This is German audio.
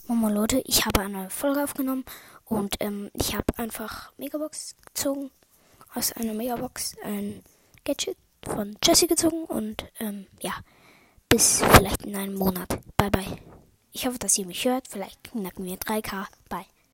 Momo Leute, ich habe eine Folge aufgenommen und ich habe einfach Megabox gezogen. Aus einer Megabox ein Gadget von Jessie gezogen und ja, bis vielleicht in einem Monat. Bye bye. Ich hoffe, dass ihr mich hört. Vielleicht knacken wir 3K. Bye.